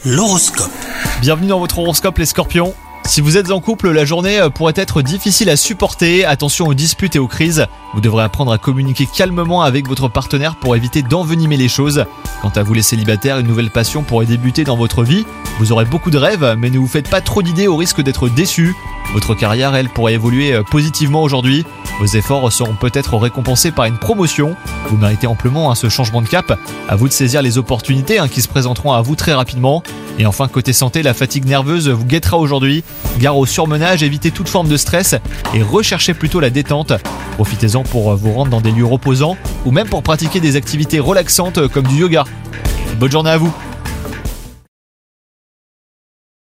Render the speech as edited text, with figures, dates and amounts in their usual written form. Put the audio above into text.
L'horoscope. Bienvenue dans votre horoscope les scorpions. Si vous êtes en couple, la journée pourrait être difficile à supporter. Attention aux disputes et aux crises. Vous devrez apprendre à communiquer calmement avec votre partenaire pour éviter d'envenimer les choses. Quant à vous les célibataires, une nouvelle passion pourrait débuter dans votre vie. Vous aurez beaucoup de rêves, mais ne vous faites pas trop d'idées au risque d'être déçus. Votre carrière, elle, pourrait évoluer positivement aujourd'hui. Vos efforts seront peut-être récompensés par une promotion. Vous méritez amplement ce changement de cap. À vous de saisir les opportunités qui se présenteront à vous très rapidement. Et enfin, côté santé, la fatigue nerveuse vous guettera aujourd'hui. Gare au surmenage, évitez toute forme de stress et recherchez plutôt la détente. Profitez-en pour vous rendre dans des lieux reposants ou même pour pratiquer des activités relaxantes comme du yoga. Bonne journée à vous!